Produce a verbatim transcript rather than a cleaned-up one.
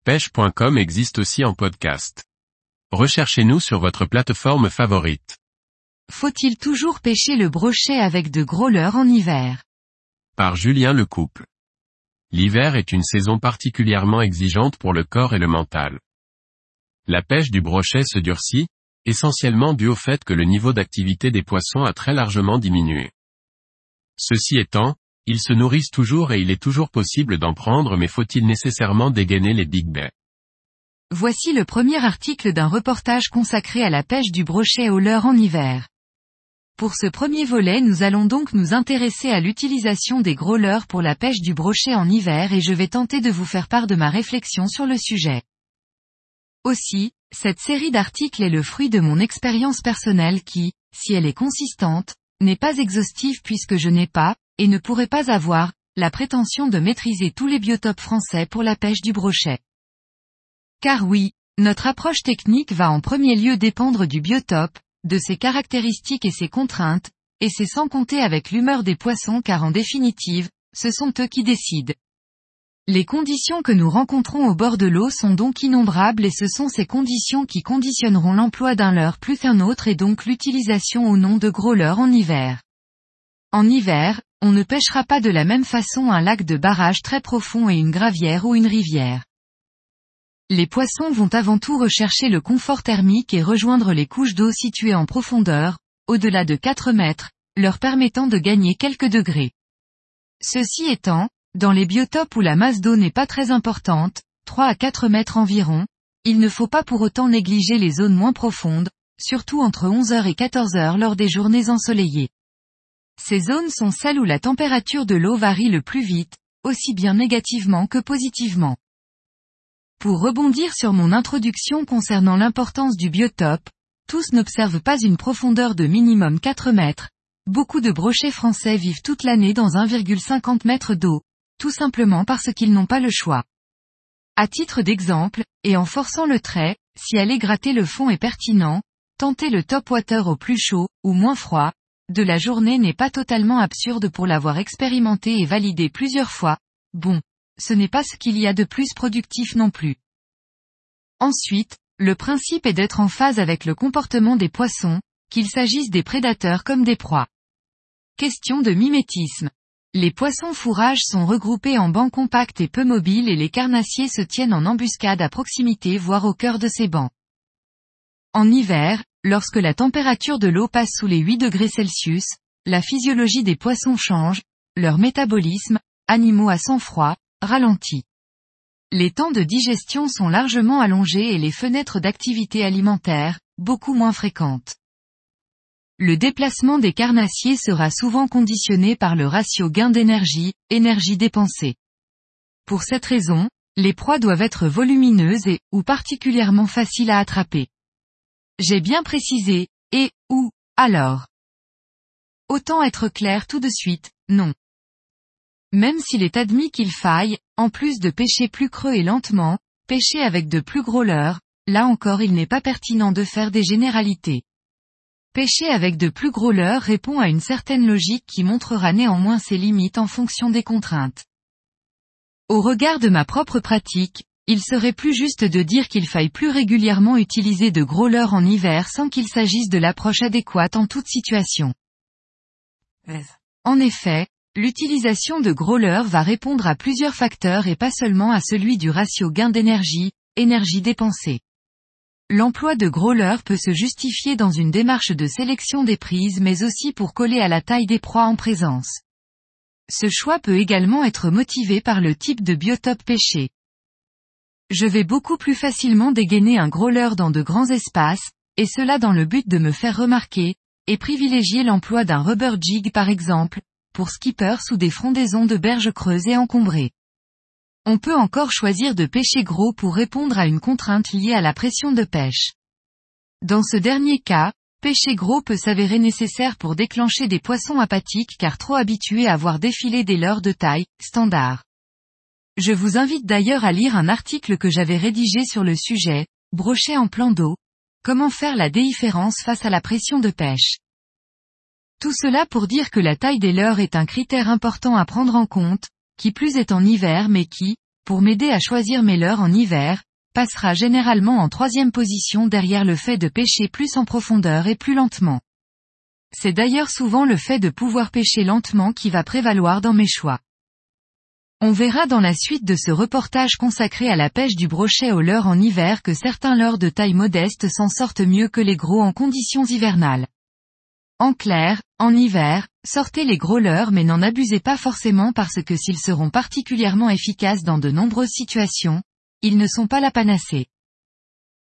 pêche point com existe aussi en podcast. Recherchez-nous sur votre plateforme favorite. Faut-il toujours pêcher le brochet avec de gros leurres en hiver? Par Julien Lecouple. L'hiver est une saison particulièrement exigeante pour le corps et le mental. La pêche du brochet se durcit, essentiellement dû au fait que le niveau d'activité des poissons a très largement diminué. Ceci étant, ils se nourrissent toujours et il est toujours possible d'en prendre, mais faut-il nécessairement dégainer les big baies? Voici le premier article d'un reportage consacré à la pêche du brochet au leurre en hiver. Pour ce premier volet, nous allons donc nous intéresser à l'utilisation des gros leurres pour la pêche du brochet en hiver et je vais tenter de vous faire part de ma réflexion sur le sujet. Aussi, cette série d'articles est le fruit de mon expérience personnelle qui, si elle est consistante, n'est pas exhaustive puisque je n'ai pas, et ne pourrai pas avoir, la prétention de maîtriser tous les biotopes français pour la pêche du brochet. Car oui, notre approche technique va en premier lieu dépendre du biotope, de ses caractéristiques et ses contraintes, et c'est sans compter avec l'humeur des poissons car en définitive, ce sont eux qui décident. Les conditions que nous rencontrons au bord de l'eau sont donc innombrables et ce sont ces conditions qui conditionneront l'emploi d'un leurre plus qu'un autre et donc l'utilisation ou non de gros leurres en hiver. En hiver, on ne pêchera pas de la même façon un lac de barrage très profond et une gravière ou une rivière. Les poissons vont avant tout rechercher le confort thermique et rejoindre les couches d'eau situées en profondeur, au-delà de quatre mètres, leur permettant de gagner quelques degrés. Ceci étant, dans les biotopes où la masse d'eau n'est pas très importante, trois à quatre mètres environ, il ne faut pas pour autant négliger les zones moins profondes, surtout entre onze heures et quatorze heures lors des journées ensoleillées. Ces zones sont celles où la température de l'eau varie le plus vite, aussi bien négativement que positivement. Pour rebondir sur mon introduction concernant l'importance du biotope, tous n'observent pas une profondeur de minimum quatre mètres. Beaucoup de brochets français vivent toute l'année dans un virgule cinquante mètres d'eau, tout simplement parce qu'ils n'ont pas le choix. À titre d'exemple, et en forçant le trait, si aller gratter le fond est pertinent, tenter le top water au plus chaud, ou moins froid, de la journée n'est pas totalement absurde pour l'avoir expérimenté et validé plusieurs fois. Bon, ce n'est pas ce qu'il y a de plus productif non plus. Ensuite, le principe est d'être en phase avec le comportement des poissons, qu'il s'agisse des prédateurs comme des proies. Question de mimétisme. Les poissons fourrages sont regroupés en bancs compacts et peu mobiles et les carnassiers se tiennent en embuscade à proximité voire au cœur de ces bancs. En hiver, lorsque la température de l'eau passe sous les huit degrés Celsius, la physiologie des poissons change, leur métabolisme, animaux à sang froid, ralentit. Les temps de digestion sont largement allongés et les fenêtres d'activité alimentaire, beaucoup moins fréquentes. Le déplacement des carnassiers sera souvent conditionné par le ratio gain d'énergie, énergie dépensée. Pour cette raison, les proies doivent être volumineuses et, ou particulièrement faciles à attraper. J'ai bien précisé, et, ou, alors. Autant être clair tout de suite, non. Même s'il est admis qu'il faille, en plus de pêcher plus creux et lentement, pêcher avec de plus gros leurres, là encore il n'est pas pertinent de faire des généralités. Pêcher avec de plus gros leurres répond à une certaine logique qui montrera néanmoins ses limites en fonction des contraintes. Au regard de ma propre pratique, il serait plus juste de dire qu'il faille plus régulièrement utiliser de gros leurres en hiver sans qu'il s'agisse de l'approche adéquate en toute situation. En effet, l'utilisation de gros leurres va répondre à plusieurs facteurs et pas seulement à celui du ratio gain d'énergie, énergie dépensée. L'emploi de gros leurres peut se justifier dans une démarche de sélection des prises mais aussi pour coller à la taille des proies en présence. Ce choix peut également être motivé par le type de biotope pêché. Je vais beaucoup plus facilement dégainer un gros leurre dans de grands espaces, et cela dans le but de me faire remarquer, et privilégier l'emploi d'un rubber jig par exemple, pour skipper sous des frondaisons de berges creuses et encombrées. On peut encore choisir de pêcher gros pour répondre à une contrainte liée à la pression de pêche. Dans ce dernier cas, pêcher gros peut s'avérer nécessaire pour déclencher des poissons apathiques car trop habitués à voir défiler des leurres de taille, standard. Je vous invite d'ailleurs à lire un article que j'avais rédigé sur le sujet, brochet en plan d'eau, comment faire la différence face à la pression de pêche. Tout cela pour dire que la taille des leurres est un critère important à prendre en compte, qui plus est en hiver mais qui, pour m'aider à choisir mes leurres en hiver, passera généralement en troisième position derrière le fait de pêcher plus en profondeur et plus lentement. C'est d'ailleurs souvent le fait de pouvoir pêcher lentement qui va prévaloir dans mes choix. On verra dans la suite de ce reportage consacré à la pêche du brochet au leurre en hiver que certains leurres de taille modeste s'en sortent mieux que les gros en conditions hivernales. En clair, en hiver, sortez les gros leurres mais n'en abusez pas forcément parce que s'ils seront particulièrement efficaces dans de nombreuses situations, ils ne sont pas la panacée.